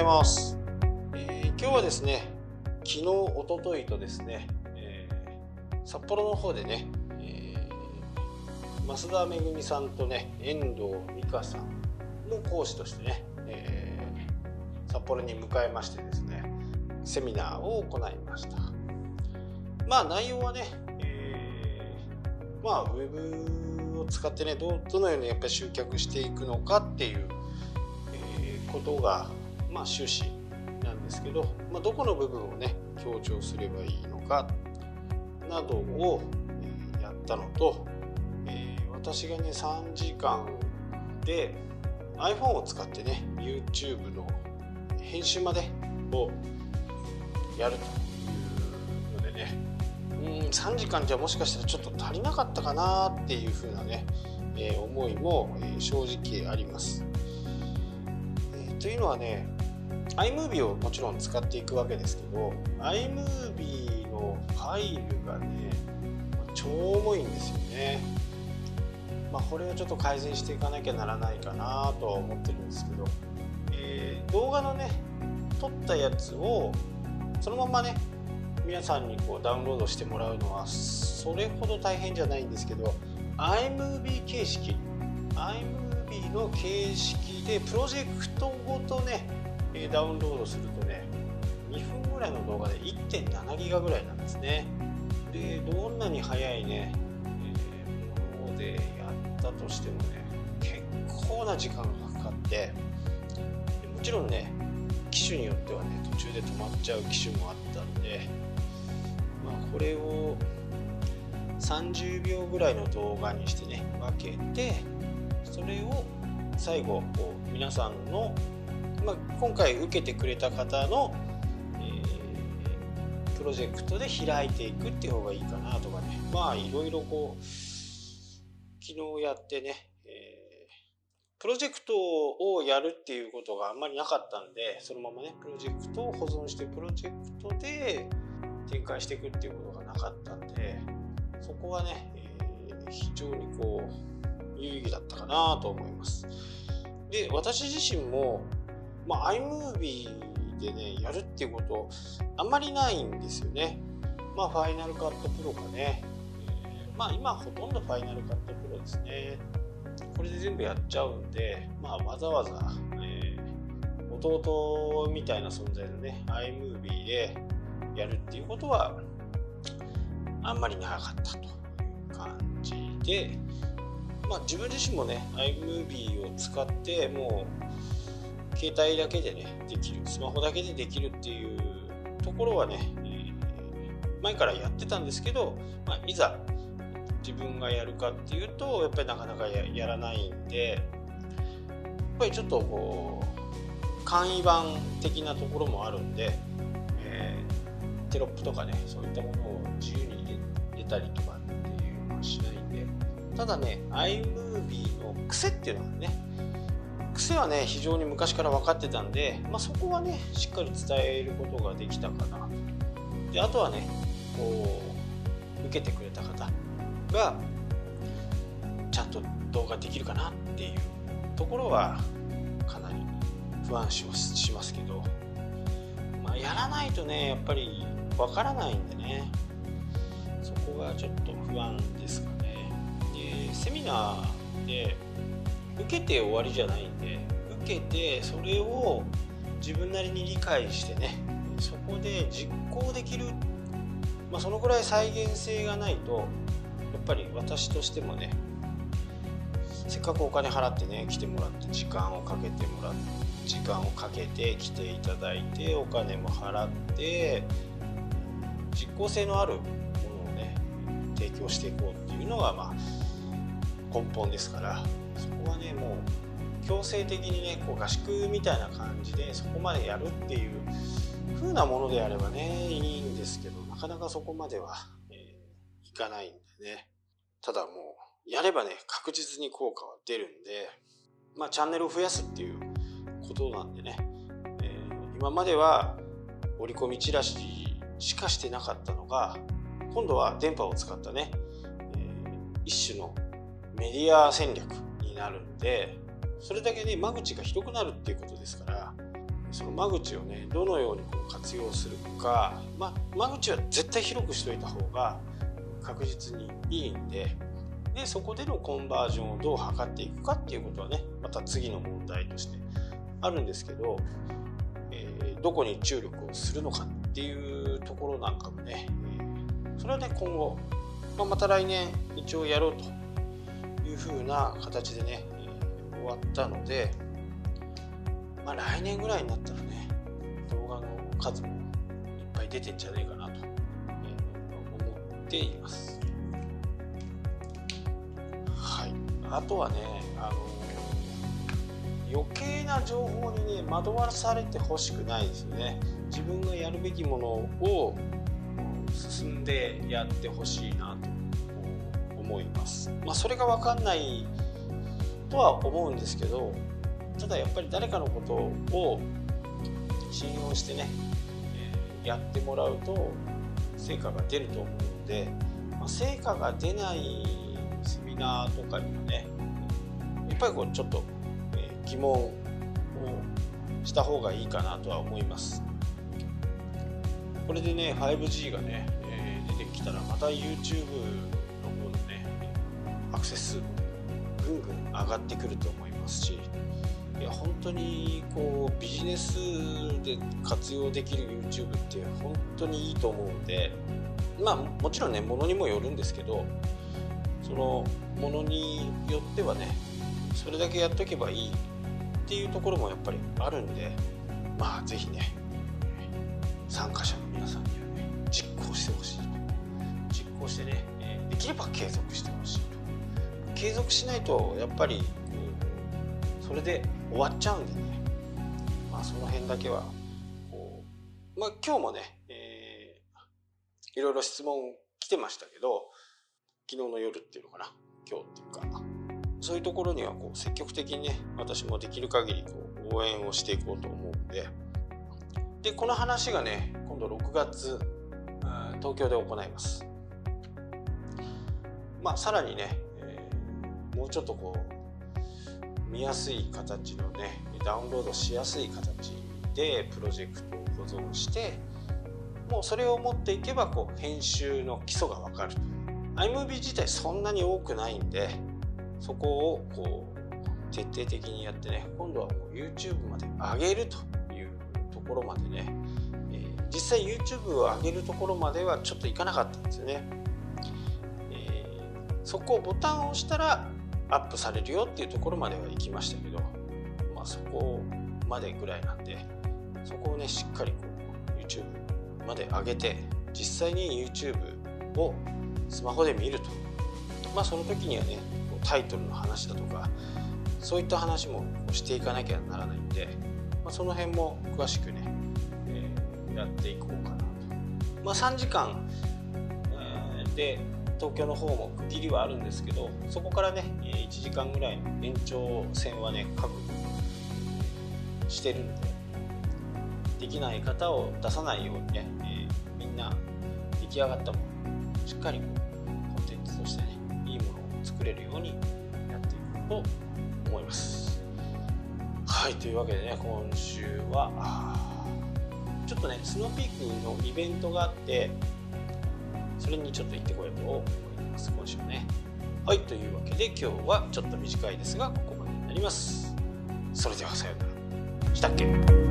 ざいます。今日はですね、昨日、おとといとですね、札幌の方でね、増田めぐみさんとね、遠藤美香さんの講師としてね、札幌に迎えましてですね、セミナーを行いました。内容はね、ウェブを使ってね、どのようにやっぱり集客していくのかっていう、ことが趣旨なんですけど、どこの部分をね強調すればいいのかなどをやったのと、私がね3時間で iPhone を使ってね YouTube の編集までをやるというのでね、3時間じゃもしかしたらちょっと足りなかったかなっていう風なね、思いも正直あります。というのはね、iMovie をもちろん使っていくわけですけど、iMovie のファイルがね超重いんですよね。これをちょっと改善していかなきゃならないかなとは思ってるんですけど、動画のね撮ったやつをそのままね皆さんにこうダウンロードしてもらうのはそれほど大変じゃないんですけど、 iMovie 形式、iMovie の形式でプロジェクトごとねダウンロードするとね2分ぐらいの動画で 1.7 ギガぐらいなんですね。でどんなに早いね、ものでやったとしてもね結構な時間がかかって、もちろんね機種によってはね途中で止まっちゃう機種もあったんで、これを30秒ぐらいの動画にしてね分けて、それを最後皆さんの、今回受けてくれた方の、プロジェクトで開いていくっていう方がいいかなとかね、いろいろこう昨日やってね、プロジェクトをやるっていうことがあんまりなかったんで、そのままねプロジェクトを保存してプロジェクトで展開していくっていうことがなかったんで、そこはね、非常にこう有意義だったかなと思います。で、私自身も、iMovie でねやるっていうことあんまりないんですよね。ファイナルカットプロかね、今ほとんどファイナルカットプロですね。これで全部やっちゃうんで、わざわざ、弟みたいな存在のね iMovie でやるっていうことはあんまりなかったという感じで、自分自身もね iMovie を使ってもう携帯だけでねできる、スマホだけでできるっていうところはね、前からやってたんですけど、いざ自分がやるかっていうとやっぱりなかなか やらないんで、やっぱりちょっとこう簡易版的なところもあるんで、テロップとかねそういったものを自由に入れたりとかっていうのはしないんで、ただね iMovie の癖っていうのはね、癖はね非常に昔から分かってたんで、そこはねしっかり伝えることができたかな。であとはねこう受けてくれた方がちゃんと動画できるかなっていうところはかなり不安しますけど、やらないとねやっぱりわからないんでね、そこがちょっと不安ですかね。でセミナーで受けて終わりじゃないんで、受けてそれを自分なりに理解してねそこで実行できる、そのぐらい再現性がないとやっぱり私としてもね、せっかくお金払ってね来てもらって時間をかけて来ていただいてお金も払って実効性のあるものをね提供していこうっていうのが根本ですから、そこはねもう強制的にねこう合宿みたいな感じでそこまでやるっていう風なものであればねいいんですけど、なかなかそこまでは、いかないんでね。ただもうやればね確実に効果は出るんで、チャンネルを増やすっていうことなんでね、今までは折り込みチラシしかしてなかったのが、今度は電波を使ったね、一種のメディア戦略になるんで、それだけね間口が広くなるっていうことですから、 その間口をねどのようにこう活用するか、間口は絶対広くしといた方が確実にいいんで、そこでのコンバージョンをどう測っていくかっていうことはねまた次の問題としてあるんですけど、どこに注力をするのかっていうところなんかもね、それはね今後、また来年一応やろうというふうな形でね、終わったので、来年ぐらいになったらね動画の数もいっぱい出てんじゃないかなと、思っています。はい、あとはね余計な情報にね惑わされてほしくないですよね。自分がやるべきものを進んでやってほしいなと思います。それが分かんないとは思うんですけど、ただやっぱり誰かのことを信用してね、やってもらうと成果が出ると思うので、成果が出ないセミナーとかにはねやっぱりこうちょっと疑問をした方がいいかなとは思います。これでね 5G がね、出てきたらまた YouTube の方のねアクセス数もぐんぐん上がってくると思いますし、本当にこうビジネスで活用できる YouTube って本当にいいと思うので、もちろんねものにもよるんですけど、そのものによってはねそれだけやっとけばいいっていうところもやっぱりあるんで、ぜひね参加者の皆さんにはね実行してほしいと、実行してねできれば継続してほしいと。継続しないとやっぱりそれで終わっちゃうんでね、その辺だけはこう、今日もね、いろいろ質問来てましたけど、昨日の夜っていうのかな、今日っていうかそういうところにはこう積極的にね私もできる限りこう応援をしていこうと思うので、この話がね今度6月東京で行います。さらにね、もうちょっとこう見やすい形のねダウンロードしやすい形でプロジェクトを保存して、もうそれを持っていけばこう編集の基礎が分かると。 iMovie 自体そんなに多くないんで、そこをこう徹底的にやってね、今度はもう YouTube まで上げるというところまでね、実際 YouTube を上げるところまではちょっといかなかったんですよね。そこをボタンを押したらアップされるよっていうところまでは行きましたけど、そこまでぐらいなんで、そこをねしっかりこう YouTube まで上げて実際に YouTube をスマホで見ると、その時にはねタイトルの話だとかそういった話もしていかなきゃならないんで、その辺も詳しくね、やっていこうかなと。3時間、で東京の方も区切りはあるんですけど、そこからね1時間ぐらいの延長線はね確保してるんで、できない方を出さないようにね、みんな出来上がったものしっかりコンテンツとしてねいいものを作れるようにやっていこうと思います。はい、というわけでね今週はちょっとねスノーピークのイベントがあって、それにちょっと行ってこようと思います今週ね。はい、というわけで今日はちょっと短いですがここまでになります。それではさようなら。したっけ。